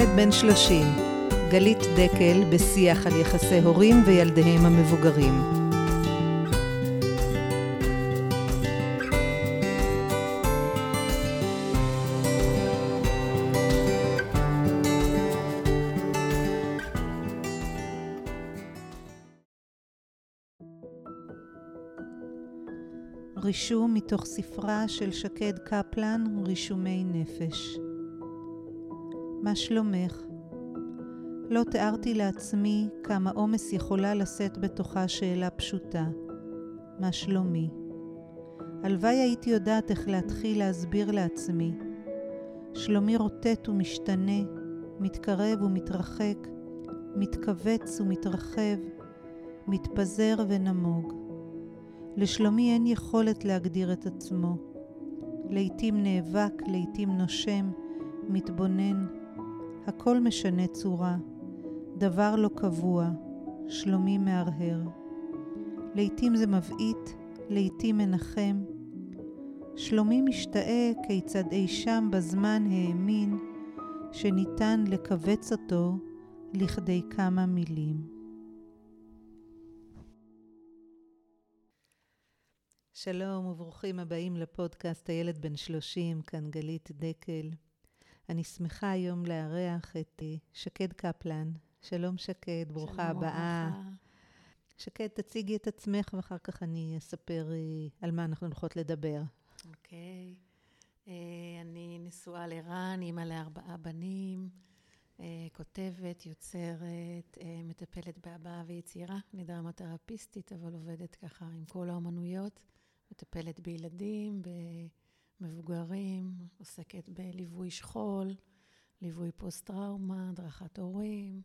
בן 30, גלית דקל בשיח על יחסי הורים וילדיהם המבוגרים. רישום מתוך ספרה של שקד קפלן, רישומי נפש. מה שלומך? לא תיארתי לעצמי כמה עומס יכולה לשאת בתוכה שאלה פשוטה. מה שלומי? הלוואי הייתי יודעת איך להתחיל להסביר לעצמי. שלומי רוטט ומשתנה, מתקרב ומתרחק, מתכווץ ומתרחב, מתפזר ונמוג. לשלומי אין יכולת להגדיר את עצמו. לעתים נאבק, לעתים נושם, מתבונן. הכל משנה צורה. דבר לא קבוע. שלומי מהרהר. לעתים זה מבעית, לעתים מנחם. שלומי משתאה כיצד אי שם בזמן האמין שניתן לקבץ אותו לכדי כמה מילים. שלום וברוכים הבאים לפודקאסט הילד בן 30, כאן גלית דקל. אני שמחה היום לארח את שקד קפלן. שלום שקד, ברוכה הבאה. שקד, תציגי את עצמך ואחר כך אני אספר על מה אנחנו הולכות לדבר. אוקיי. אני נשואה לרן, אימא ל4 בנים, כותבת, יוצרת, מטפלת בהבעה ויצירה. אני דרמתרפיסטית, אבל עובדת ככה עם כל האמנויות. מטפלת בילדים, במבוגרים, עוסקת בליווי שכול, ליווי פוסט-טראומה, הדרכת הורים,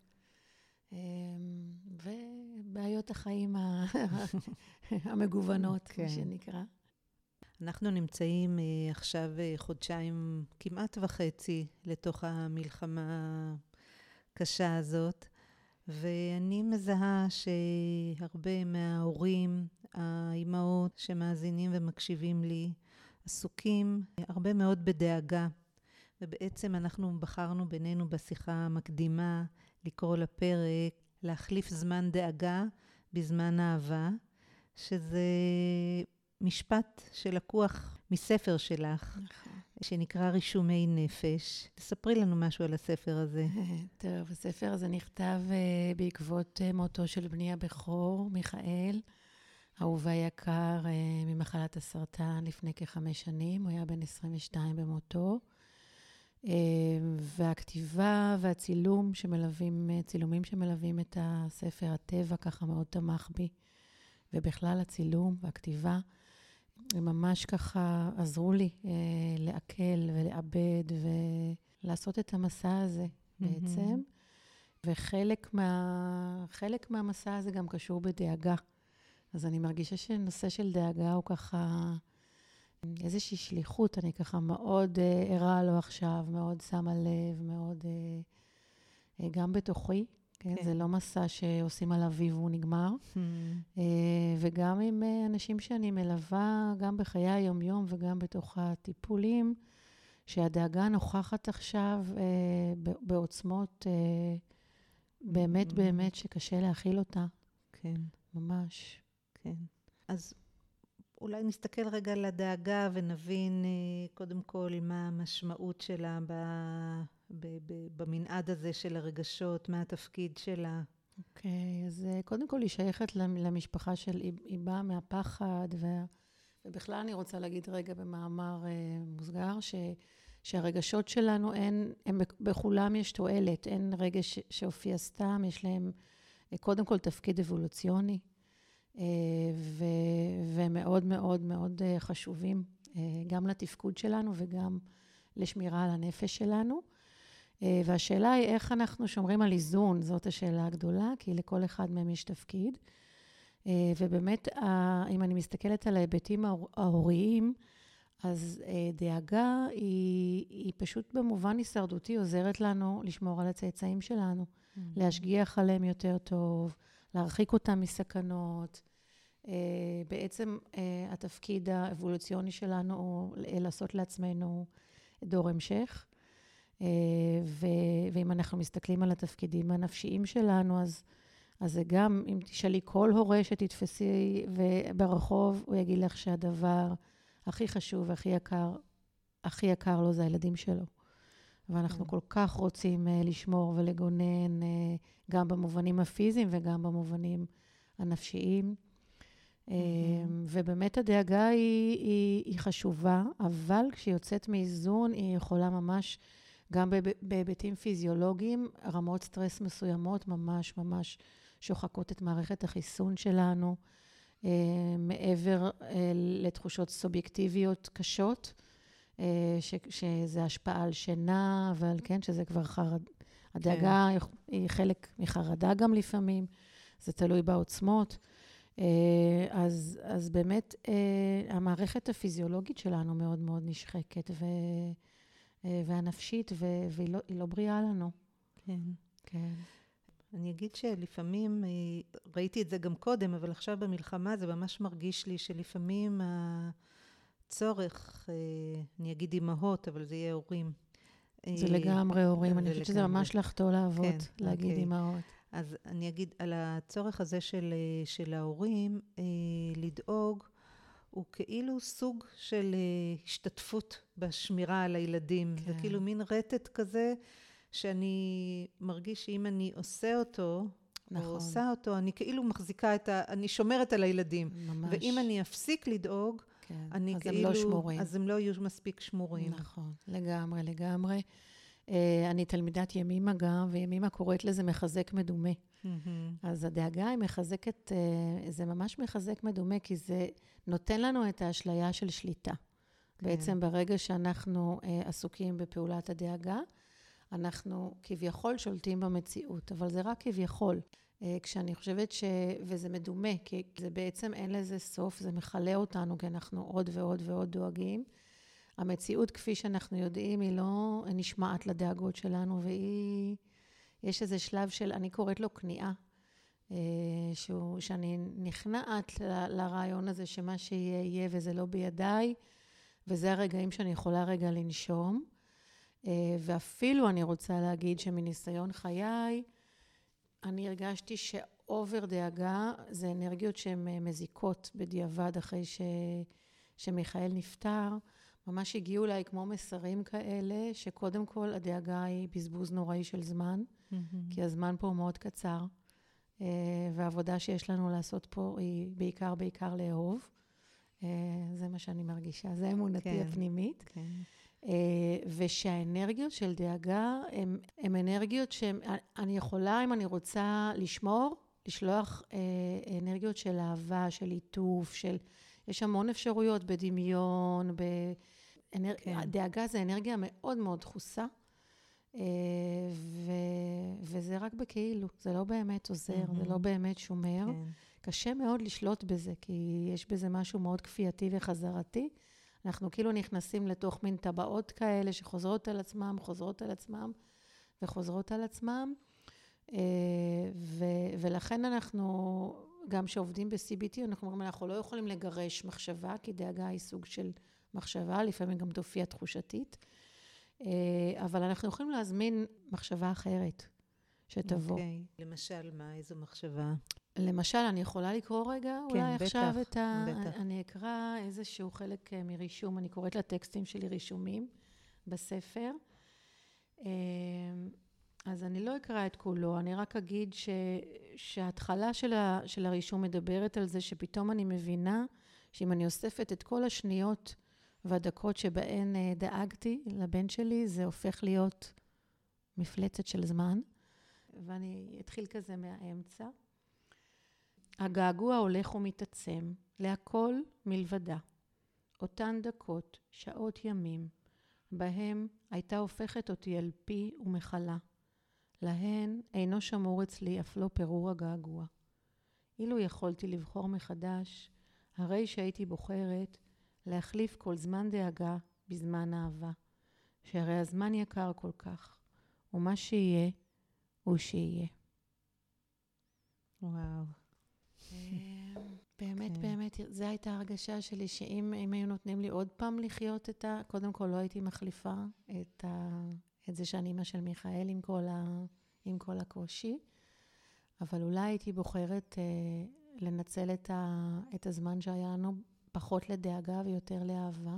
ובעיות החיים המגוונות, מה שנקרא. אנחנו נמצאים עכשיו חודשיים כמעט וחצי לתוך המלחמה הקשה הזאת, ואני מזהה שהרבה מההורים, האימהות שמאזינים ומקשיבים לי, עסוקים הרבה מאוד בדאגה. ובעצם אנחנו בחרנו בינינו בשיחה המקדימה לקרוא לפרק, להחליף זמן דאגה בזמן אהבה, שזה משפט שלקוח מספר שלך. נכון. שנקרא רישומי נפש. תספרי לנו משהו על הספר הזה. טוב, הספר הזה נכתב בעקבות מותו של בני הבכור, מיכאל, אהובה יקר ממחלת הסרטן לפני כ5 שנים. הוא היה בן 22 במותו. והכתיבה והצילום צילומים שמלווים את הספר, הטבע ככה מאוד תמך בי. ובכלל הצילום והכתיבה, הם ממש ככה עזרו לי לעכל ולעבד ולעשות את המסע הזה בעצם. וחלק מהמסע הזה גם קשור בדאגה. אז אני מרגישה שנושא של דאגה הוא ככה איזושהי שליחות. אני ככה מאוד ערה לו עכשיו, מאוד שמה לב, מאוד גם בתוכי. כן, זה לא מסע שעושים עליו והוא נגמר. וגם עם אנשים שאני מלווה, גם בחיי היום-יום וגם בתוך הטיפולים, שהדאגה נוכחת עכשיו בעוצמות באמת שקשה להכיל אותה. כן. ממש. כן. אז אולי נסתכל רגע על הדאגה ונבין קודם כל מה המשמעות שלה במנעד הזה של הרגשות, מה התפקיד שלה. אוקיי, אז קודם כל היא שייכת למשפחה של היא באה מהפחד, ובכלל אני רוצה להגיד רגע במאמר מוסגר, שהרגשות שלנו בכולם יש תועלת, אין רגש שהופיע סתם, יש להם קודם כל תפקיד אבולוציוני, ומאוד מאוד מאוד חשובים, גם לתפקוד שלנו וגם לשמירה על הנפש שלנו. והשאלה היא איך אנחנו שומרים על איזון, זאת השאלה הגדולה, כי לכל אחד מהם יש תפקיד. ובאמת, אם אני מסתכלת על ההיבטים ההוריים, אז דאגה היא פשוט במובן הישרדותי עוזרת לנו לשמור על הצאצאים שלנו, להשגיח עליהם יותר טוב, להרחיק אותם מסכנות. בעצם התפקיד האבולוציוני שלנו הוא לעשות לעצמנו דור המשך. ואם אנחנו מסתכלים על התפקידים הנפשיים שלנו, אז זה גם, אם תשאלי כל הורה שתתפסי ברחוב, הוא יגיד לך שהדבר הכי חשוב הכי יקר לו זה הילדים שלו. ואנחנו כל כך רוצים לשמור ולגונן, גם במובנים הפיזיים וגם במובנים הנפשיים. ובאמת הדאגה היא חשובה, אבל כשהיא יוצאת מאיזון, היא יכולה ממש, גם בהיבטים פיזיולוגיים, רמות סטרס מסוימות ממש ממש שוחקות את מערכת החיסון שלנו, מעבר לתחושות סובייקטיביות קשות, שזה השפעה על שינה, אבל כן, שזה כבר הדאגה היא חלק מחרדה גם לפעמים, זה תלוי בעוצמות. אז באמת המערכת הפיזיולוגית שלנו מאוד מאוד נשחקת, והנפשית, והיא לא בריאה לנו. כן. כן. אני אגיד שלפעמים, ראיתי את זה גם קודם, אבל עכשיו במלחמה זה ממש מרגיש לי שלפעמים הצורך, אני אגיד אמהות, אבל זה יהיה הורים. זה לגמרי הורים, אני חושבת שזה ממש לחטוא לאבות, להגיד אמהות. אז אני אגיד על הצורך הזה של ההורים, לדאוג, הוא כאילו סוג של השתתפות בשמירה על הילדים. זה כאילו מין רטט כזה, שאני מרגיש שאם אני עושה אותו, או עושה אותו, אני כאילו מחזיקה אני שומרת על הילדים. ממש. ואם אני אפסיק לדאוג, אני כאילו, הם לא שמורים. אז הם לא יהיו מספיק שמורים. נכון, לגמרי, לגמרי. אני תלמידת ימימה גם, וימימה קוראת לזה מחזק מדומה. אז הדאגה היא מחזקת, זה ממש מחזק מדומה, כי זה נותן לנו את האשליה של שליטה. בעצם ברגע שאנחנו עסוקים בפעולת הדאגה, אנחנו כביכול שולטים במציאות, אבל זה רק כביכול. כשאני חושבת וזה מדומה, כי זה בעצם אין לזה סוף, זה מחלה אותנו, כי אנחנו עוד ועוד ועוד דואגים. המציאות, כפי שאנחנו יודעים, היא לא נשמעת לדאגות שלנו, יש איזה שלב של, אני קוראת לו כניעה, שאני נכנעת לרעיון הזה שמה שיהיה וזה לא בידיי, וזה הרגעים שאני יכולה רגע לנשום, ואפילו אני רוצה להגיד שמניסיון חיי, אני הרגשתי שאובר דאגה זה אנרגיות שהן מזיקות בדיעבד אחרי שמיכאל נפטר, ממש הגיעו אליי כמו מסרים כאלה, שקודם כל הדאגה היא בזבוז נוראי של זמן, כי הזמן פה הוא מאוד קצר, והעבודה שיש לנו לעשות פה היא בעיקר לאהוב. זה מה שאני מרגישה, זה אמונתי הפנימית. ושהאנרגיות של דאגה הן אנרגיות שאני יכולה, אם אני רוצה לשלוח אנרגיות של אהבה, של עיטוף, יש המון אפשרויות בדמיון, הדאגה זה אנרגיה מאוד מאוד דחוסה, וזה רק בכאילו, זה לא באמת עוזר, זה לא באמת שומר. קשה מאוד לשלוט בזה, כי יש בזה משהו מאוד כפייתי וחזרתי. אנחנו כאילו נכנסים לתוך מין טבעות כאלה שחוזרות על עצמם, וחוזרות על עצמם. ולכן אנחנו, גם שעובדים ב-CBT, אנחנו אומרים, אנחנו לא יכולים לגרש מחשבה, כי דאגה היא סוג של מחשבה, לפעמים גם תופיע תחושתית. אבל אנחנו יכולים להזמין מחשבה אחרת שתבוא. אוקיי. למשל, מה? איזו מחשבה? למשל, אני יכולה לקרוא רגע? כן, אולי בטח, עכשיו בטח. אני אקרא איזשהו חלק מרישום, אני קוראת לטקסטים שלי רישומים בספר. אז אני לא אקרא את כולו, אני רק אגיד שההתחלה של הרישום מדברת על זה שפתאום אני מבינה שאם אני אוספת את כל השניות והדקות שבהן דאגתי לבן שלי, זה הופך להיות מפלצת של זמן. ואני אתחיל כזה מהאמצע. הגעגוע הולך ומתעצם, להכל מלבדה. אותן דקות, שעות ימים, בהם הייתה הופכת אותי אל פי ומחלה. להן אינו שמור אצלי אף לא פירור הגעגוע. אילו יכולתי לבחור מחדש, הרי שהייתי בוחרת להחליף כל זמן דאגה בזמן אהבה, שהרי הזמן יקר כל כך, ומה שיהיה הוא שיהיה. וואו. באמת, זו הייתה הרגשה שלי, שאם היו נותנים לי עוד פעם לחיות קודם כל לא הייתי מחליפה את זה שאני אמא של מיכאל עם כל הקושי, אבל אולי הייתי בוחרת לנצל את הזמן שהיה לנו פחות לדאגה ויותר לאהבה.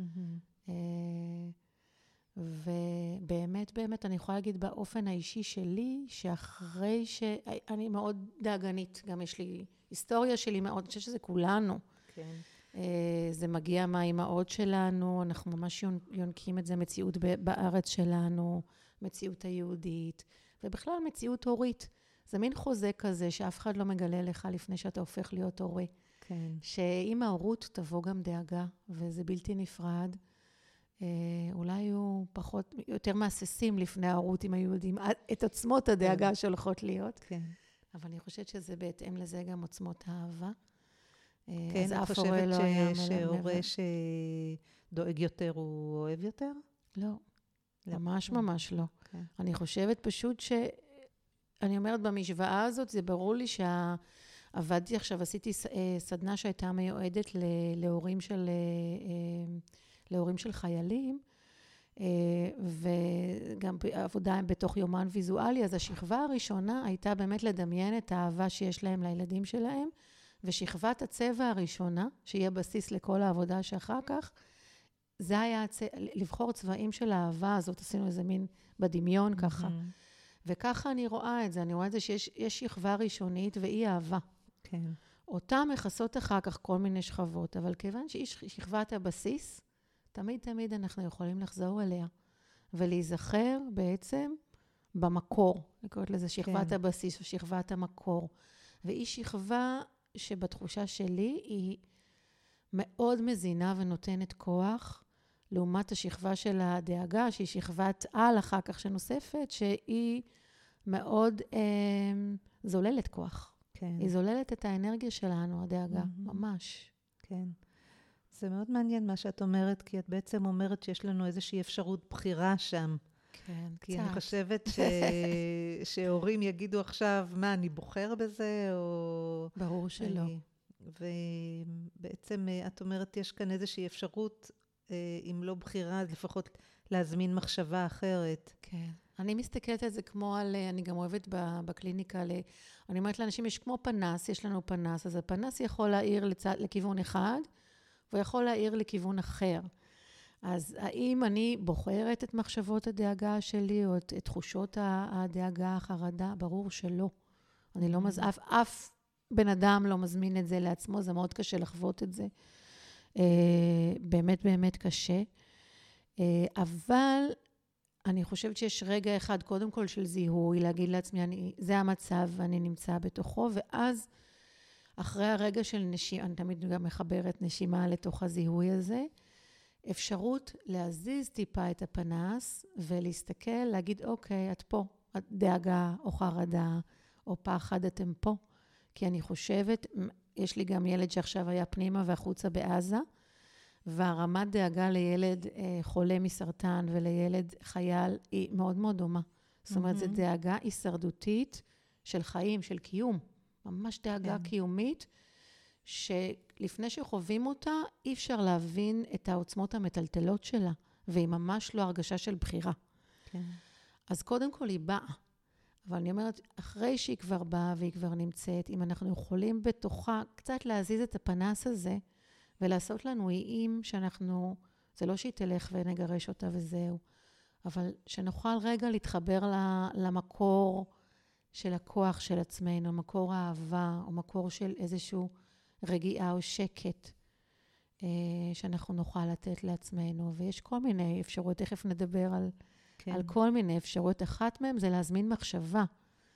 ובאמת, באמת, אני יכולה להגיד באופן האישי שלי, שאחרי שאני מאוד דאגנית, גם יש לי היסטוריה שלי מאוד, אני חושבת שזה כולנו. כן. זה מגיע מהאימהות שלנו, אנחנו ממש יונקים את זה, מציאות בארץ שלנו, מציאות היהודית, ובכלל מציאות הורית. זה מין חוזה כזה שאף אחד לא מגלה לך לפני שאתה הופך להיות הורה. כן. שעם ההורות תבוא גם דאגה, וזה בלתי נפרד. אולי היו יותר מהססים לפני ההורות, אם היו יודעים את עוצמות הדאגה שהולכות להיות. כן. אבל אני חושבת שזה בהתאם לזה גם עוצמות האהבה. כן, את חושבת שהורה שדואג יותר הוא אוהב יותר? לא, ממש ממש לא. כן. אני חושבת פשוט אני אומרת במשוואה הזאת, זה ברור לי עבדתי עכשיו, עשיתי סדנה שהייתה מיועדת להורים של חיילים, וגם עבודה בתוך יומן ויזואלי, אז השכבה הראשונה הייתה באמת לדמיין את האהבה שיש להם לילדים שלהם, ושכבת הצבע הראשונה, שיהיה בסיס לכל העבודה שאחר כך, זה היה לבחור צבעים של האהבה הזאת, עשינו איזה מין בדמיון ככה. וככה אני רואה את זה, אני רואה את זה שיש שכבה ראשונית ואי אהבה. כן. אותה מכסות אחר כך כל מיני שכבות, אבל כיוון שהיא שכבת הבסיס, תמיד אנחנו יכולים לחזור אליה, ולהיזכר בעצם במקור, אני קוראת לזה שכבת הבסיס או שכבת המקור. והיא שכבה שבתחושה שלי היא מאוד מזינה ונותנת כוח, לעומת השכבה של הדאגה, שהיא שכבת על אחר כך שנוספת, שהיא מאוד זוללת כוח. כן. היא זוללת את האנרגיה שלנו, הדאגה, ממש. כן. זה מאוד מעניין מה שאת אומרת, כי את בעצם אומרת שיש לנו איזושהי אפשרות בחירה שם. כן, כי אני חושבת שהורים יגידו עכשיו, מה, אני בוחר בזה, או... ברור שלא. ובעצם את אומרת, יש כאן איזושהי אפשרות, אם לא בחירה, אז לפחות להזמין מחשבה אחרת. כן. אני מסתכלת על זה כמו אני גם אוהבת בקליניקה, אני אומרת לאנשים, יש כמו פנס, יש לנו פנס, אז הפנס יכול להאיר לכיוון אחד, והוא יכול להאיר לכיוון אחר. אז האם אני בוחרת את מחשבות הדאגה שלי, או את תחושות הדאגה, החרדה? ברור שלא. אני לא אף בן אדם לא מזמין את זה לעצמו, זה מאוד קשה לחוות את זה. באמת, באמת קשה. אבל אני חושבת שיש רגע אחד, קודם כל של זיהוי, להגיד לעצמי, זה המצב ואני נמצא בתוכו, ואז אחרי הרגע של נשימה, אני תמיד גם מחברת נשימה לתוך הזיהוי הזה, אפשרות להזיז טיפה את הפנס ולהסתכל, להגיד, אוקיי, את פה, את דאגה או חרדה או פחד, אתם פה. כי אני חושבת, יש לי גם ילד שעכשיו היה פנימה והחוצה בעזה, והרמת דאגה לילד חולה מסרטן ולילד חייל היא מאוד מאוד דומה. זאת אומרת, זו דאגה הישרדותית של חיים, של קיום. ממש דאגה קיומית, שלפני שחווים אותה, אי אפשר להבין את העוצמות המטלטלות שלה, והיא ממש לא הרגשה של בחירה. כן. אז קודם כל היא באה. אבל אני אומרת, אחרי שהיא כבר באה והיא כבר נמצאת, אם אנחנו יכולים בתוכה קצת להזיז את הפנס הזה, ולעשות לנו איים שאנחנו, זה לא שהיא תלך ונגרש אותה וזהו, אבל שנוכל רגע להתחבר למקור של הכוח של עצמנו, מקור האהבה, או מקור של איזשהו רגיעה או שקט, שאנחנו נוכל לתת לעצמנו. ויש כל מיני אפשרויות, תכף נדבר על כל מיני אפשרויות. אחת מהן זה להזמין מחשבה.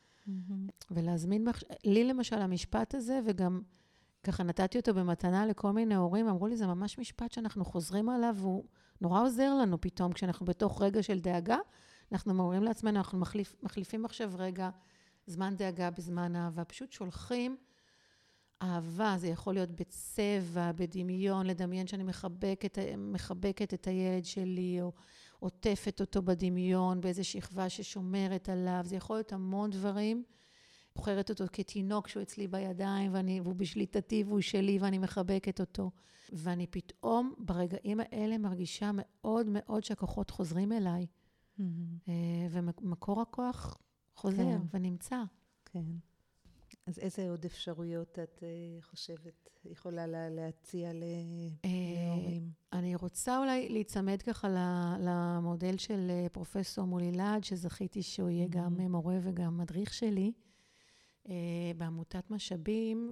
ולהזמין לי למשל המשפט הזה, וגם ככה נתתי אותו במתנה לכל מיני הורים, אמרו לי, זה ממש משפט שאנחנו חוזרים עליו, והוא נורא עוזר לנו פתאום, כשאנחנו בתוך רגע של דאגה, אנחנו אומרים לעצמנו, אנחנו מחליפים עכשיו רגע זמן דאגה בזמן אהבה, פשוט שולחים אהבה, זה יכול להיות בצבע, בדמיון, לדמיין שאני מחבקת את הילד שלי, או עוטפת אותו בדמיון, באיזו שכבה ששומרת עליו, זה יכול להיות המון דברים, בוחרת אותו כתינוק שהוא אצלי בידיים, והוא בשליטתי והוא שלי, ואני מחבקת אותו. ואני פתאום ברגעים האלה מרגישה מאוד מאוד שהכוחות חוזרים אליי. ומקור הכוח חוזר כן. ונמצא. כן. אז איזה עוד אפשרויות את חושבת יכולה להציע להורים? אני רוצה אולי להיצמד ככה למודל של פרופסור מולילד, שזכיתי שהוא יהיה גם מורה וגם מדריך שלי, בעמותת משאבים,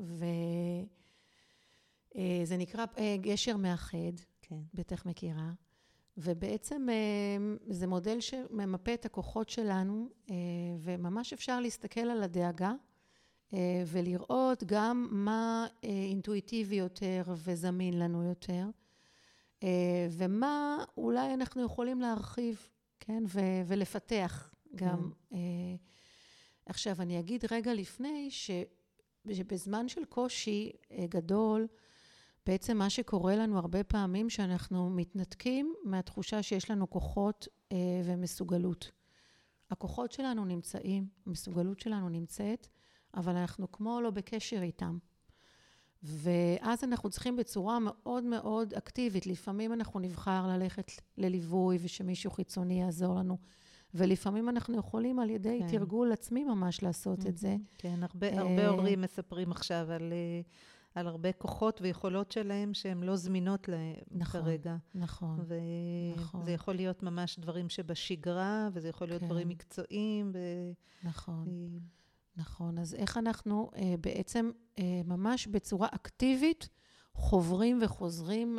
וזה נקרא גשר מאחד, כן. בטח מכירה, ובעצם זה מודל שממפה את הכוחות שלנו, וממש אפשר להסתכל על הדאגה, ולראות גם מה אינטואיטיבי יותר וזמין לנו יותר, ומה אולי אנחנו יכולים להרחיב, כן, ולפתח גם. עכשיו, אני אגיד רגע לפני שבזמן של קושי גדול, בעצם מה שקורה לנו הרבה פעמים שאנחנו מתנתקים מהתחושה שיש לנו כוחות ומסוגלות. הכוחות שלנו נמצאים, המסוגלות שלנו נמצאת, אבל אנחנו כמו לא בקשר איתם. ואז אנחנו צריכים בצורה מאוד מאוד אקטיבית. לפעמים אנחנו נבחר ללכת לליווי ושמישהו חיצוני יעזור לנו. ולפעמים אנחנו יכולים על ידי תרגול עצמי ממש לעשות את זה. כן, הרבה הורים מספרים עכשיו על הרבה כוחות ויכולות שלהם שהן לא זמינות להם כרגע. נכון. וזה יכול להיות ממש דברים שבשגרה, וזה יכול להיות דברים מקצועיים. נכון. נכון, אז איך אנחנו בעצם ממש בצורה אקטיבית חוברים וחוזרים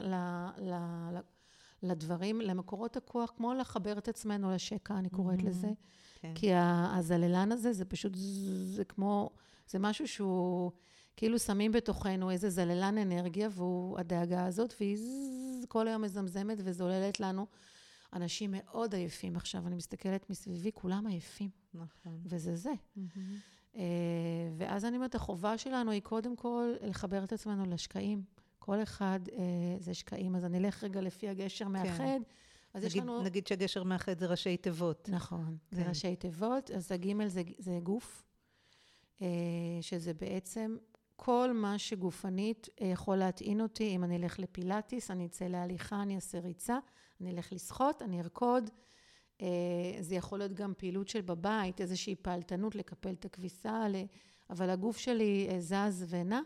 לדברים, למקורות הכוח, כמו לחבר את עצמנו לשקע, אני קוראת לזה. כי הזללן הזה זה פשוט, זה כמו, זה משהו שהוא כאילו שמים בתוכנו איזה זללן אנרגיה, והוא הדאגה הזאת, והיא כל היום מזמזמת וזוללת לנו. אנשים מאוד עייפים עכשיו, אני מסתכלת מסביבי, כולם עייפים. נכון. וזה זה. ואז אני אומרת, החובה שלנו היא קודם כל לחבר את עצמנו לשקעים. כל אחד זה שקעים, אז אני אלך רגע לפי הגשר מאחד. אז יש לנו... נגיד שהגשר מאחד זה ראשי תיבות. נכון, זה ראשי תיבות. אז הגימל זה גוף, שזה בעצם כל מה שגופנית יכול להטעין אותי. אם אני אלך לפילאטיס, אני אצא להליכה, אני אעשה ריצה, אני אלך לשחות, אני ארקוד. זה יכול להיות גם פעילות של בבית, איזושהי פעלתנות לקפל את הכביסה, אבל הגוף שלי זז ונע.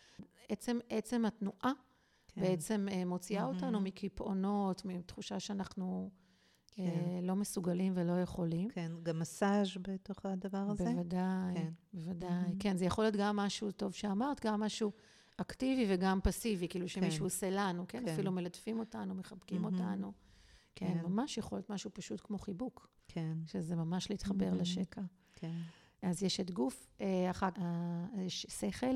עצם התנועה בעצם מוציאה אותנו מקיפאונות, מתחושה שאנחנו לא מסוגלים ולא יכולים. כן, גם מסאז' בתוך הדבר הזה? בוודאי, בוודאי. כן, זה יכול להיות גם משהו טוב שאמרת, גם משהו אקטיבי וגם פסיבי, כאילו שמישהו עושה לנו, כן? אפילו מלטפים אותנו, מחבקים אותנו. כן, ממש יכול להיות משהו פשוט כמו חיבוק. כן. שזה ממש להתחבר לשקע. כן. אז יש את גוף, אחר כך יש שכל,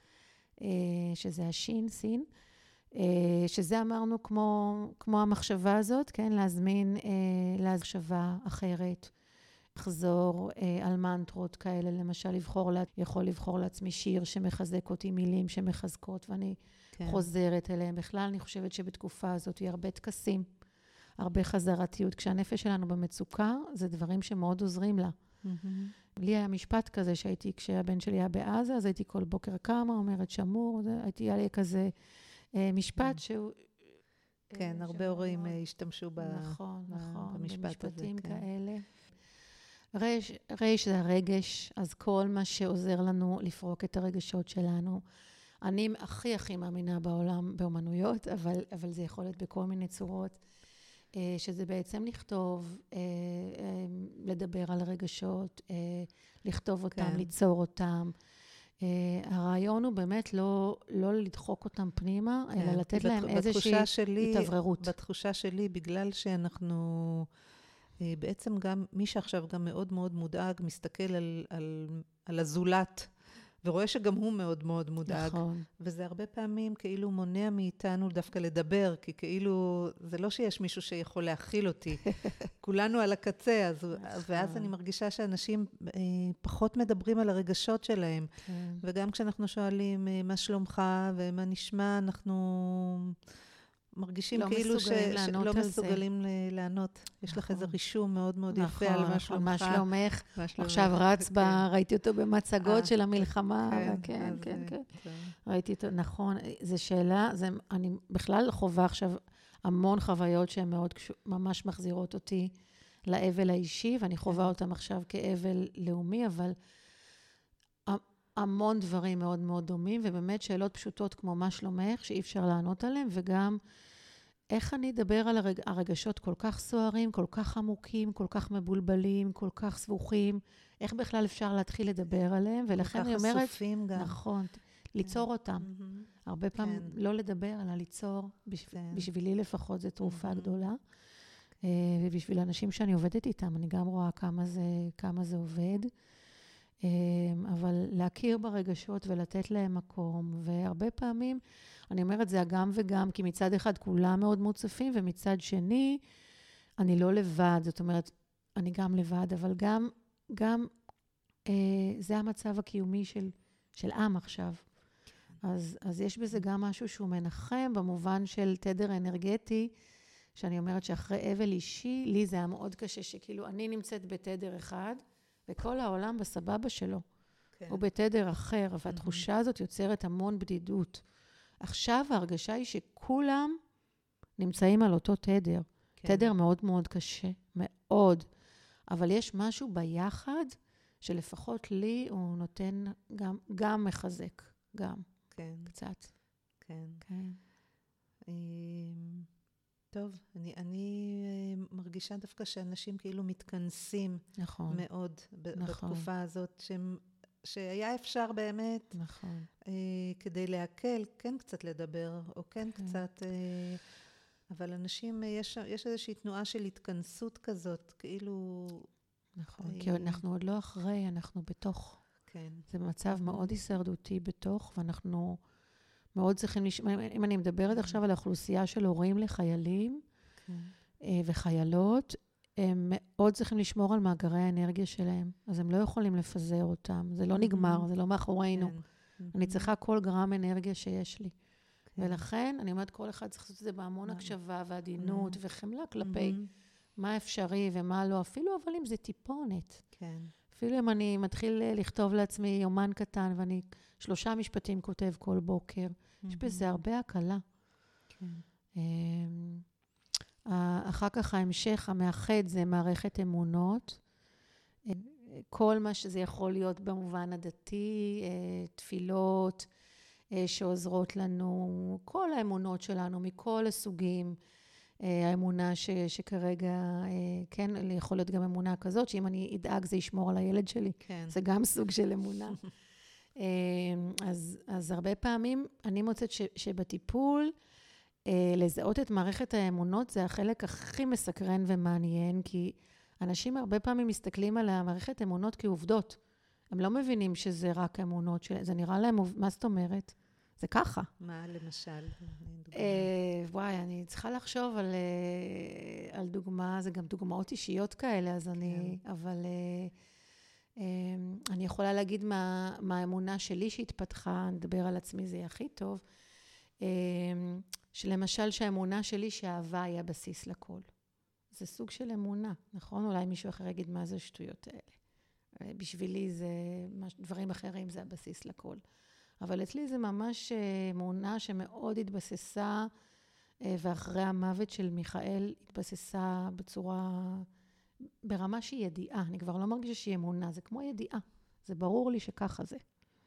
שזה השין, סין, שזה אמרנו כמו המחשבה הזאת, כן? להזמין להחשבה אחרת, לחזור על מנטרות כאלה, למשל יכול לבחור לעצמי שיר שמחזק אותי, מילים שמחזקות, ואני חוזרת אליהם. בכלל אני חושבת שבתקופה הזאת היא הרבה תקסים, הרבה חזרתיות. כשהנפש שלנו במצוקה, זה דברים שמאוד עוזרים לה. לי היה משפט כזה שהייתי, כשהבן שלי היה בעזה, אז הייתי כל בוקר קמה, אומרת שמור, היה לי כזה משפט שהוא... כן, הרבה הורים השתמשו נכון, במשפט הזה. במשפטים כאלה. ריש זה הרגש, אז כל מה שעוזר לנו לפרוק את הרגשות שלנו. אני הכי מאמינה בעולם באומנויות, אבל זה יכול להיות בכל מיני צורות. שזה בעצם לכתוב, לדבר על הרגשות, לכתוב אותם, ליצור אותם. הרעיון הוא באמת לא לדחוק אותם פנימה, אלא לתת להם איזושהי התאווררות. בתחושה שלי, בגלל שאנחנו, בעצם גם, מי שעכשיו גם מאוד מאוד מודאג, מסתכל על הזולת, ורואה שגם הוא מאוד מאוד מודאג. נכון. וזה הרבה פעמים כאילו מונע מאיתנו דווקא לדבר, כי כאילו זה לא שיש מישהו שיכול להכיל אותי. כולנו על הקצה, ואז אני מרגישה שאנשים פחות מדברים על הרגשות שלהם. כן. וגם כשאנחנו שואלים מה שלומך ומה נשמע, אנחנו מרגישים כאילו שלא מסוגלים לענות. יש לך איזה רישום מאוד מאוד יפה על מה שלומך. מה שלומך. עכשיו רץ בה, ראיתי אותו במצגות של המלחמה. כן. ראיתי אותו, נכון. זו שאלה, אני בכלל חווה עכשיו המון חוויות שהן מאוד ממש מחזירות אותי לאבל האישי, ואני חווה אותם עכשיו כאבל לאומי, אבל המון דברים מאוד מאוד דומים, ובאמת שאלות פשוטות כמו מה שלומך, שאי אפשר לענות עליהם, וגם איך אני אדבר על הרגשות כל כך סוערים, כל כך עמוקים, כל כך מבולבלים, כל כך סבוכים, איך בכלל אפשר להתחיל לדבר עליהם, ולכן אני אומרת... כל כך חשופים גם. נכון, ליצור אותם. הרבה פעמים לא לדבר, אלא ליצור, בשבילי לפחות זו תרופה גדולה, ובשביל האנשים שאני עובדת איתם, אני גם רואה כמה זה עובד, אבל להכיר ברגשות ולתת להם מקום, והרבה פעמים, אני אומרת זה הגם וגם, כי מצד אחד כולם מאוד מוצפים, ומצד שני, אני לא לבד, זאת אומרת, אני גם לבד, אבל גם זה המצב הקיומי של עם עכשיו. אז יש בזה גם משהו שהוא מנחם, במובן של תדר אנרגטי, שאני אומרת שאחרי אבל אישי, לי זה היה מאוד קשה, שכאילו אני נמצאת בתדר אחד, וכל העולם בסבבה שלו. כן. הוא בתדר אחר, והתחושה הזאת יוצרת המון בדידות. עכשיו ההרגשה היא שכולם נמצאים על אותו תדר. כן. תדר מאוד מאוד קשה, מאוד. אבל יש משהו ביחד, שלפחות לי הוא נותן גם מחזק, גם. כן. קצת. כן. כן. טוב, אני מרגישה דווקא שאנשים כאילו מתכנסים נכון, מאוד נכון. בתקופה הזאת, שהיה אפשר באמת, נכון. כדי להקל, כן קצת לדבר, או כן קצת, אבל אנשים, יש איזושהי תנועה של התכנסות כזאת, כאילו... נכון, כי אנחנו עוד לא אחרי, אנחנו בתוך. כן. זה מצב מאוד הישרדותי בתוך, ואנחנו מאוד צריכים לשמוע, אם אני מדברת עכשיו על האוכלוסייה של הורים לחיילים וחיילות, הם מאוד צריכים לשמור על מאגרי האנרגיה שלהם, אז הם לא יכולים לפזר אותם, זה לא נגמר, זה לא מאחורינו. אני צריכה כל גרם אנרגיה שיש לי. ולכן, אני אומרת, כל אחד צריך לעשות את זה בהמון הקשבה ועדינות וחמלה כלפי מה אפשרי ומה לא, אפילו אבל אם זה טיפונת. כן. אפילו אם אני מתחיל לכתוב לעצמי יומן קטן, ואני 3 משפטים כותב כל בוקר, יש בזה הרבה הקלה. כן. אחר כך ההמשך המאחד זה מערכת אמונות. כל מה שזה יכול להיות במובן הדתי, תפילות שעוזרות לנו, כל האמונות שלנו מכל הסוגים, האמונה שכרגע, כן, יכול להיות גם אמונה כזאת, שאם אני אדאג זה ישמור על הילד שלי. כן. זה גם סוג של אמונה. אז הרבה פעמים אני מוצאת שבטיפול, לזהות את מערכת האמונות זה החלק הכי מסקרן ומעניין, כי אנשים הרבה פעמים מסתכלים על המערכת אמונות כעובדות. הם לא מבינים שזה רק אמונות, זה נראה להם, מה זאת אומרת? זה ככה. מה למשל? וואי, אני צריכה לחשוב על דוגמה, זה גם דוגמאות אישיות כאלה, אז אני, אבל אני יכולה להגיד מה האמונה שלי שהתפתחה, נדבר על עצמי, זה הכי טוב, שלמשל שהאמונה שלי שהאהבה היה בסיס לכל. זה סוג של אמונה, נכון? אולי מישהו אחר יגיד מה זה השטויות האלה. בשבילי זה, דברים אחרים זה הבסיס לכל. אבל אצלי זה ממש אמונה שמאוד התבססה, ואחרי המוות של מיכאל התבססה ברמה שהיא ידיעה. אני כבר לא מרגישה שהיא אמונה, זה כמו ידיעה. זה ברור לי שככה זה.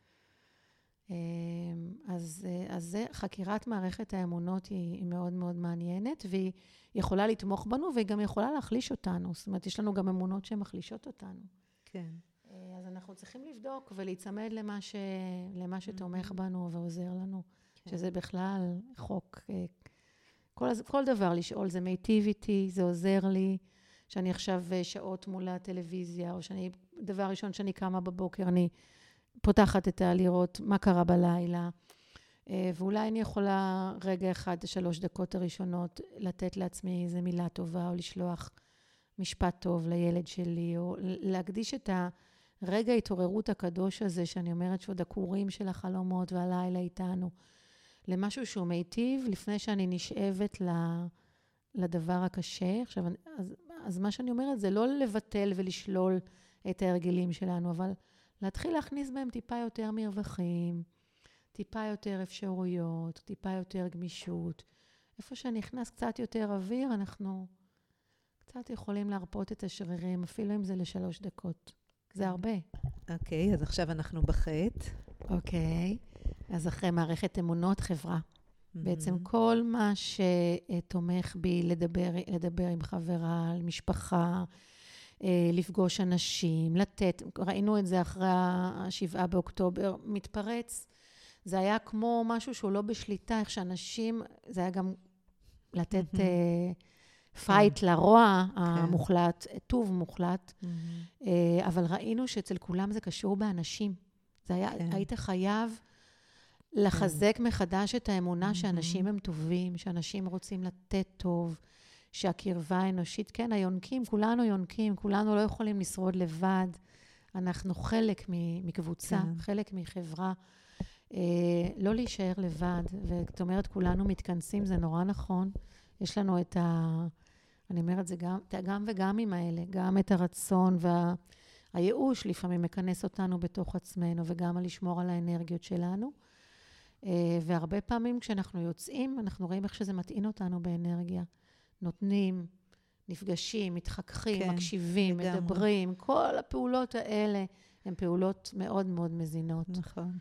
אז חקירת מערכת האמונות היא מאוד מאוד מעניינת, והיא יכולה לתמוך בנו, והיא גם יכולה להחליש אותנו. זאת אומרת, יש לנו גם אמונות שמחלישות אותנו. כן. אז אנחנו צריכים לבדוק ולהצמד למה שתומך בנו ועוזר לנו, שזה בכלל חוק. כל דבר לשאול, זה מיטיב איתי, זה עוזר לי, שאני עכשיו שעות מול הטלוויזיה, או דבר ראשון שאני קמה בבוקר, אני פותחת את לראות מה קרה בלילה, ואולי אני יכולה רגע אחד, 3 דקות הראשונות, לתת לעצמי איזו מילה טובה, או לשלוח משפט טוב לילד שלי, או להקדיש את רגע ההתעוררות הקדוש הזה, שאני אומרת שעוד הכורים של החלומות והלילה איתנו, למשהו שהוא מיטיב, לפני שאני נשאבת לדבר הקשה. עכשיו, אז מה שאני אומרת זה לא לבטל ולשלול את ההרגלים שלנו, אבל להתחיל להכניס בהם טיפה יותר מרווחים, טיפה יותר אפשרויות, טיפה יותר גמישות. איפה שנכנס קצת יותר אוויר, אנחנו קצת יכולים להרפות את השרירים, אפילו אם זה ל3 דקות. זה הרבה. אוקיי, אז עכשיו אנחנו בחטא. אוקיי, אז אחרי מערכת אמונות, חברה. בעצם כל מה שתומך בי לדבר עם חברה, על משפחה, לפגוש אנשים, לתת, ראינו את זה אחרי 7 באוקטובר, מתפרץ. זה היה כמו משהו שהוא לא בשליטה, איך שאנשים, זה היה גם לתת פייט לרוע המוחלט, טוב מוחלט, אבל ראינו שאצל כולם זה קשור באנשים. זה היה, היית חייב לחזק מחדש את האמונה שאנשים הם טובים, שאנשים רוצים לתת טוב, שהקרבה האנושית, כן, היונקים, כולנו יונקים, כולנו לא יכולים לשרוד לבד, אנחנו חלק מקבוצה, חלק מחברה, לא להישאר לבד, ואת אומרת, כולנו מתכנסים, זה נורא נכון, יש לנו את אני אומרת, זה גם וגם עם האלה, גם את הרצון והייאוש לפעמים מכנס אותנו בתוך עצמנו, וגם לשמור על האנרגיות שלנו, והרבה פעמים כשאנחנו יוצאים, אנחנו רואים איך שזה מטעין אותנו באנרגיה. נותנים, נפגשים, מתחככים, מקשיבים, מדברים. כל הפעולות האלה הן פעולות מאוד מאוד מזינות. נכון.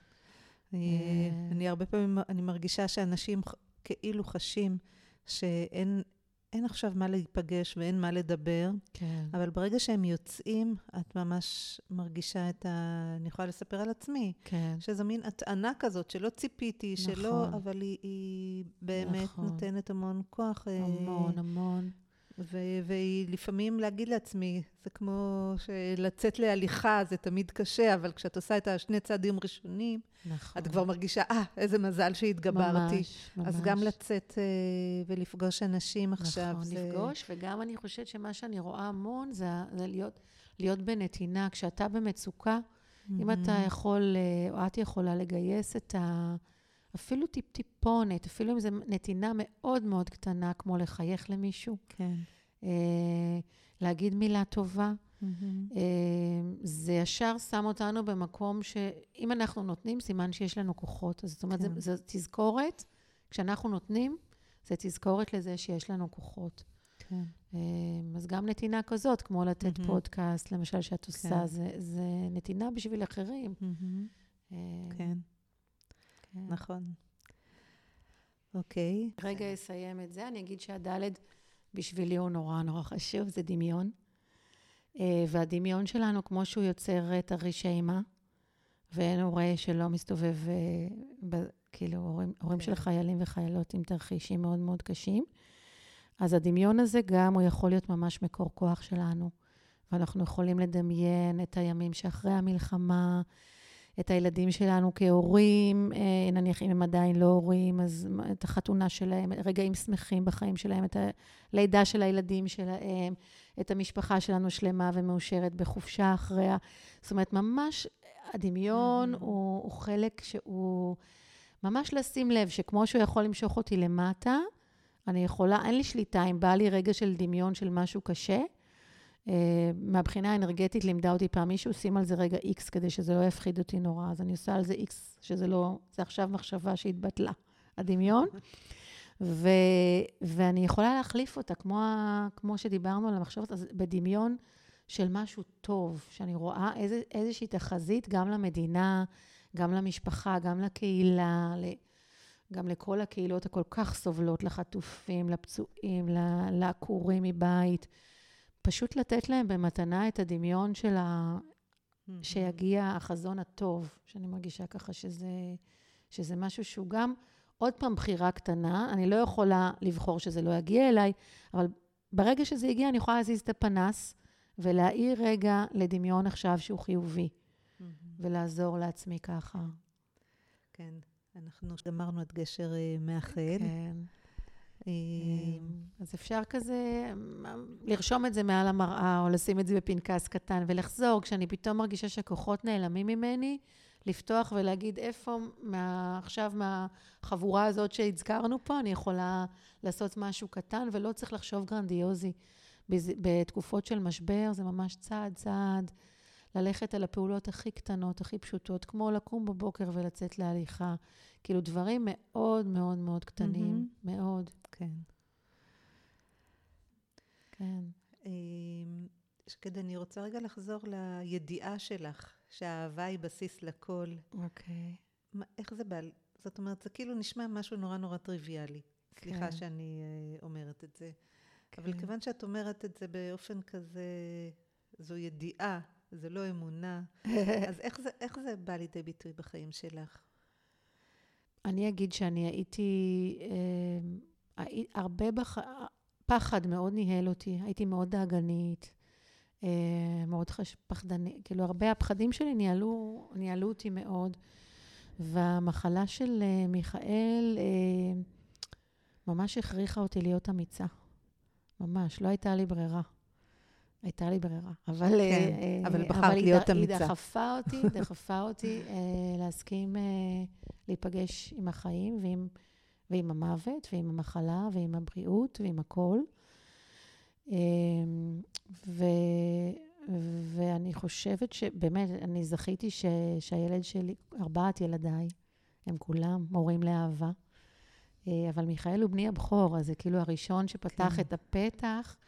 אני הרבה פעמים, אני מרגישה שאנשים כאילו חשים שאין עכשיו מה להיפגש ואין מה לדבר, אבל ברגע שהם יוצאים, את ממש מרגישה אני יכולה לספר על עצמי, שזו מין הטענה כזאת, שלא ציפיתי, שלא, אבל היא באמת נותנת המון כוח. המון. והיא לפעמים להגיד לעצמי, זה כמו לצאת להליכה, זה תמיד קשה, אבל כשאת עושה את 2 צעדים ראשונים, את כבר מרגישה, איזה מזל שהתגברתי. ממש. אז גם לצאת ולפגוש אנשים עכשיו. נכון, לפגוש, וגם אני חושבת שמה שאני רואה המון, זה להיות בנתינה. כשאתה במצוקה, אם אתה יכול, או את יכולה לגייס אפילו טיפונת, אפילו אם זו נתינה מאוד מאוד קטנה, כמו לחייך למישהו. כן. להגיד מילה טובה. זה ישר שם אותנו במקום שאם אנחנו נותנים, סימן שיש לנו כוחות. אז זאת אומרת, זו תזכורת. כשאנחנו נותנים, זה תזכורת לזה שיש לנו כוחות. כן. אז גם נתינה כזאת, כמו לתת פודקאסט, למשל שאת עושה, זה נתינה בשביל אחרים. כן. נכון. אוקיי. רגע אסיים את זה, אני אגיד שהדלת בשבילי הוא נורא נורא חשוב, זה דמיון. והדמיון שלנו, כמו שהוא יוצר תרחיש אימה, ואין הורה שלא מסתובב, כאילו הורים של חיילים וחיילות עם תרחישים מאוד מאוד קשים, אז הדמיון הזה גם הוא יכול להיות ממש מקור כוח שלנו, ואנחנו יכולים לדמיין את הימים שאחרי המלחמה, את הילדים שלנו כהורים, נניח אם הם עדיין לא הורים, אז את החתונה שלהם, רגעים שמחים בחיים שלהם, את הלידה של הילדים שלהם, את המשפחה שלנו שלמה ומאושרת בחופשה אחריה. זאת אומרת, ממש הדמיון הוא חלק שהוא ממש לשים לב, שכמו שהוא יכול למשוך אותי למטה, אני יכולה, אין לי שליטה, אם בא לי רגע של דמיון של משהו קשה, מהבחינה האנרגטית לימדה אותי פעם מישהו, שים על זה רגע X כדי שזה לא יפחיד אותי נורא, אז אני עושה על זה X, שזה לא, זה עכשיו מחשבה שהתבטלה, הדמיון, ואני יכולה להחליף אותה, כמו שדיברנו על המחשבות, אז בדמיון של משהו טוב, שאני רואה איזושהי תחזית, גם למדינה, גם למשפחה, גם לקהילה, גם לכל הקהילות הכל כך סובלות, לחטופים, לפצועים, לעקורים מבית, פשוט לתת להם במתנה את הדמיון שיגיע החזון הטוב, שאני מרגישה ככה שזה משהו שהוא גם עוד פעם בחירה קטנה, אני לא יכולה לבחור שזה לא יגיע אליי, אבל ברגע שזה יגיע אני יכולה להזיז את הפנס, ולהאיר רגע לדמיון עכשיו שהוא חיובי, ולעזור לעצמי ככה. כן, אנחנו גמרנו את גשר מאחד. כן. אז אפשר כזה לרשום את זה מעל המראה, או לשים את זה בפנקס קטן, ולחזור, כשאני פתאום מרגישה שהכוחות נעלמים ממני, לפתוח ולהגיד איפה עכשיו מהחבורה הזאת שהזכרנו פה, אני יכולה לעשות משהו קטן, ולא צריך לחשוב גרנדיוזי. בתקופות של משבר, זה ממש צעד, ללכת על הפעולות הכי קטנות, הכי פשוטות, כמו לקום בבוקר ולצאת להליכה. כאילו דברים מאוד מאוד מאוד קטנים, מאוד. כן. כן. שקד, אני רוצה רגע לחזור לידיעה שלך, שהאהבה היא בסיס לכל. אוקיי. איך זה בא? זאת אומרת, זה כאילו נשמע משהו נורא נורא טריוויאלי. סליחה שאני אומרת את זה. אבל כיוון שאת אומרת את זה באופן כזה, זו ידיעה, זה לא אמונה, אז איך זה בא לידי ביטוי בחיים שלך? אני אגיד שאני הייתי, הרבה פחד מאוד ניהל אותי, הייתי מאוד דאגנית, מאוד פחדנית, כאילו הרבה הפחדים שלי ניהלו אותי מאוד, והמחלה של מיכאל ממש הכריחה אותי להיות אמיצה. ממש, לא הייתה לי ברירה. הייתה לי ברירה, אבל בחרת להיות אמיצה. היא דחפה אותי להסכים להיפגש עם החיים ועם המוות ועם המחלה ועם הבריאות ועם הכל. ואני חושבת שבאמת, אני זכיתי שהילד שלי, 4 ילדיי, הם כולם מורים לאהבה. אבל מיכאל הוא בני הבכור, אז זה כאילו הראשון שפתח את הפתח.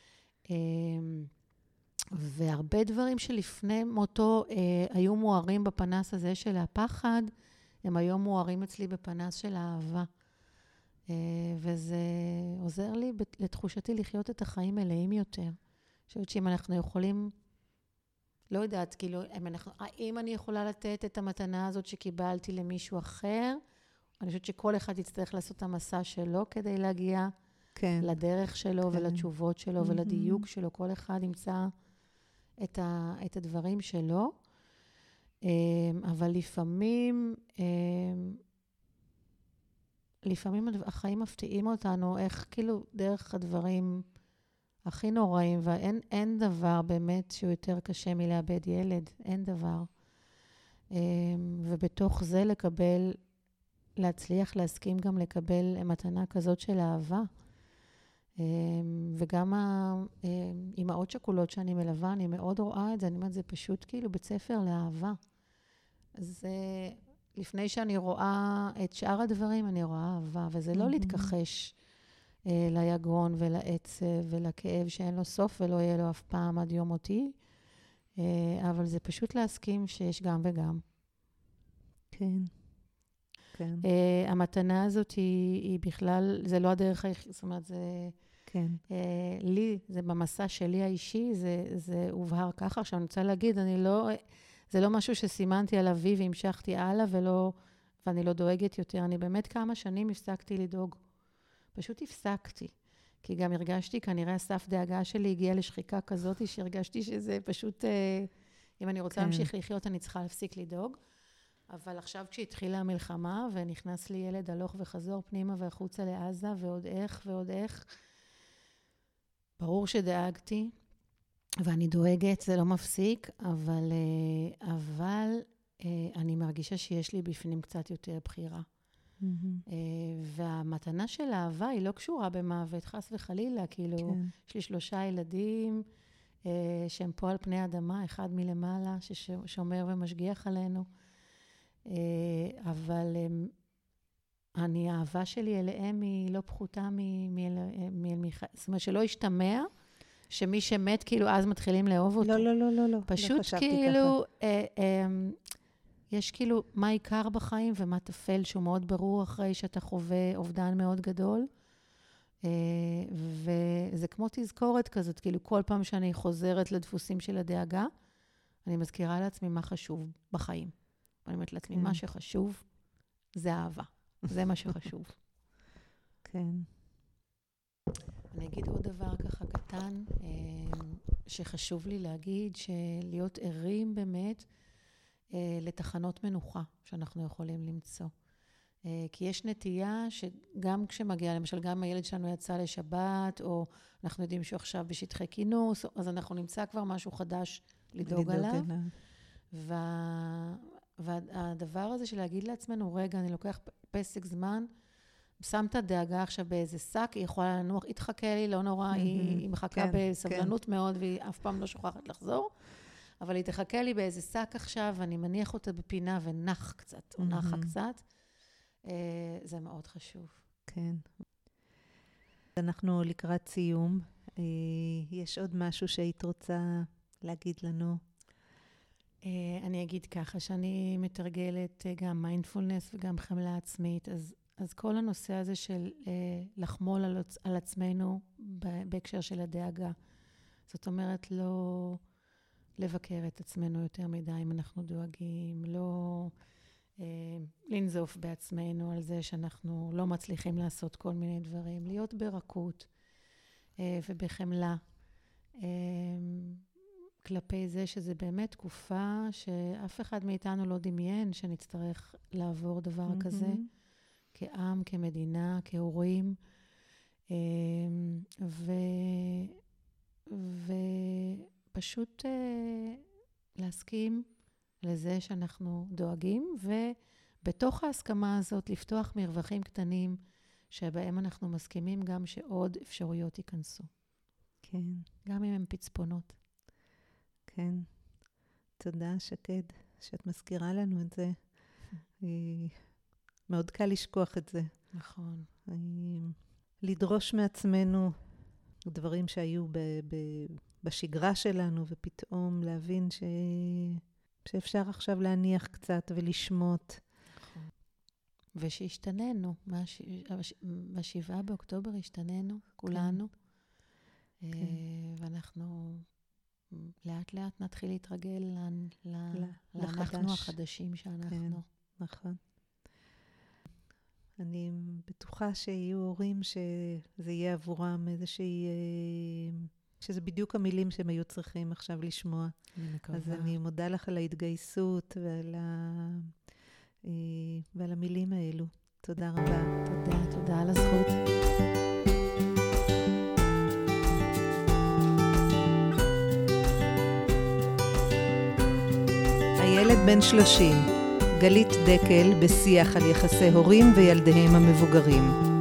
והרבה דברים שלפני מותו היו מוארים בפנס הזה של הפחד, הם היום מוארים אצלי בפנס של האהבה. וזה עוזר לי לתחושתי לחיות את החיים מלאים יותר. אני חושבת שאם אנחנו יכולים, לא יודעת, כאילו, האם אני יכולה לתת את המתנה הזאת שקיבלתי למישהו אחר, אני חושבת שכל אחד יצטרך לעשות את המסע שלו כדי להגיע לדרך שלו ולתשובות שלו ולדיוק שלו. כל אחד ימצא את הדברים שלו. אבל לפעמים החיים מפתיעים אותנו, איך כאילו דרך הדברים הכי נוראים, ואין דבר באמת שהוא יותר קשה מלאבד ילד, אין דבר. ובתוך זה להצליח להסכים גם לקבל מתנה כזאת של אהבה. וגם האימהות שכולות שאני מלווה, אני מאוד רואה את זה, אני אומרת, זה פשוט כאילו בית ספר לאהבה. אז לפני שאני רואה את שאר הדברים, אני רואה אהבה, וזה לא להתכחש ליגון ולעצב ולכאב שאין לו סוף ולא יהיה לו אף פעם עד יום מותי, אבל זה פשוט להסכים שיש גם וגם. כן. כן. המתנה הזאת היא בכלל, זה לא הדרך היחידה, זאת אומרת, זה... כן. לי, זה במסע שלי האישי, זה הובהר ככה. עכשיו אני רוצה להגיד, זה לא משהו שסימנתי על אבי והמשכתי הלאה, ואני לא דואגת יותר. אני באמת כמה שנים הפסקתי לדאוג. פשוט הפסקתי. כי גם הרגשתי, כנראה הסף דאגה שלי הגיעה לשחיקה כזאת, שהרגשתי שזה פשוט, אם אני רוצה להמשיך לחיות, אני צריכה להפסיק לדאוג. אבל עכשיו כשהתחילה המלחמה, ונכנס לי ילד הלוך וחזור פנימה והחוצה לעזה, ועוד איך, ברור שדאגתי, ואני דואגת, זה לא מפסיק, אבל אני מרגישה שיש לי בפנים קצת יותר בחירה. והמתנה של האהבה היא לא קשורה במוות, חס וחלילה, כאילו, יש לי 3 ילדים שהם פה על פני האדמה, אחד מלמעלה ששומר ומשגיח עלינו, אבל האהבה שלי אליהם היא לא פחותה מיכאל, זאת אומרת שלא ישתמע, שמי שמת כאילו אז מתחילים לאהוב אותו. לא. פשוט כאילו, יש כאילו מה עיקר בחיים ומה תפל, שהוא מאוד ברור אחרי שאתה חווה אובדן מאוד גדול. וזה כמו תזכורת כזאת, כאילו כל פעם שאני חוזרת לדפוסים של הדאגה, אני מזכירה לעצמי מה חשוב בחיים. אני אומרת לעצמי, מה שחשוב זה אהבה. זה מה שחשוב. כן. אני אגיד עוד דבר ככה קטן, שחשוב לי להגיד, שלהיות ערים באמת לתחנות מנוחה שאנחנו יכולים למצוא. כי יש נטייה שגם כשמגיע, למשל גם הילד שלנו יצא לשבת, או אנחנו יודעים שהוא עכשיו בשטחי כינוס, אז אנחנו נמצא כבר משהו חדש לדאוג עליו. והדבר הזה של להגיד לעצמנו, רגע, אני לוקח פסק זמן, שם את הדאגה עכשיו באיזה שק, היא יכולה לנוח, היא תחכה לי, לא נורא, היא מחכה בסבלנות מאוד, והיא אף פעם לא שוכחת לחזור, אבל היא תחכה לי באיזה שק עכשיו, ואני מניח אותה בפינה ונח קצת, או נחה קצת. זה מאוד חשוב. כן. אנחנו לקראת סיום. יש עוד משהו שהיית רוצה להגיד לנו? אני אגיד ככה, שאני מתרגלת גם מיינדפולנס וגם חמלה עצמית, אז כל הנושא הזה של לחמול על עצמנו בהקשר של הדאגה, זאת אומרת, לא לבקר את עצמנו יותר מדי אם אנחנו דואגים, לא לנזוף בעצמנו על זה שאנחנו לא מצליחים לעשות כל מיני דברים, להיות ברכות ובחמלה, כלפי זה שזה באמת תקופה שאף אחד מאיתנו לא דמיין שנצטרך לעבור דבר כזה, כעם, כמדינה, כהורים, ופשוט להסכים לזה שאנחנו דואגים, ובתוך ההסכמה הזאת לפתוח מרווחים קטנים, שבהם אנחנו מסכימים גם שעוד אפשרויות ייכנסו. כן. גם אם הן פצפונות. כן. תודה, שקד, שאת מזכירה לנו את זה. מאוד קל לשכוח את זה. נכון. לדרוש מעצמנו דברים שהיו בשגרה שלנו, ופתאום להבין שאפשר עכשיו להניח קצת ולשמות. נכון. ושהשתננו. ב7 באוקטובר השתננו, כולנו. כן. ואנחנו לאט לאט נתחיל להתרגל לאנחנו החדשים שאנחנו. כן, נכון. אני בטוחה שיהיו הורים שזה יהיה עבורם איזושהי, שזה בדיוק המילים שהם היו צריכים עכשיו לשמוע. אני מקווה. אז אני מודה לך על ההתגייסות ועל המילים האלו. תודה רבה. תודה על הזכות. הילד בן 30, גלית דקל בשיח על יחסי הורים וילדיהם המבוגרים.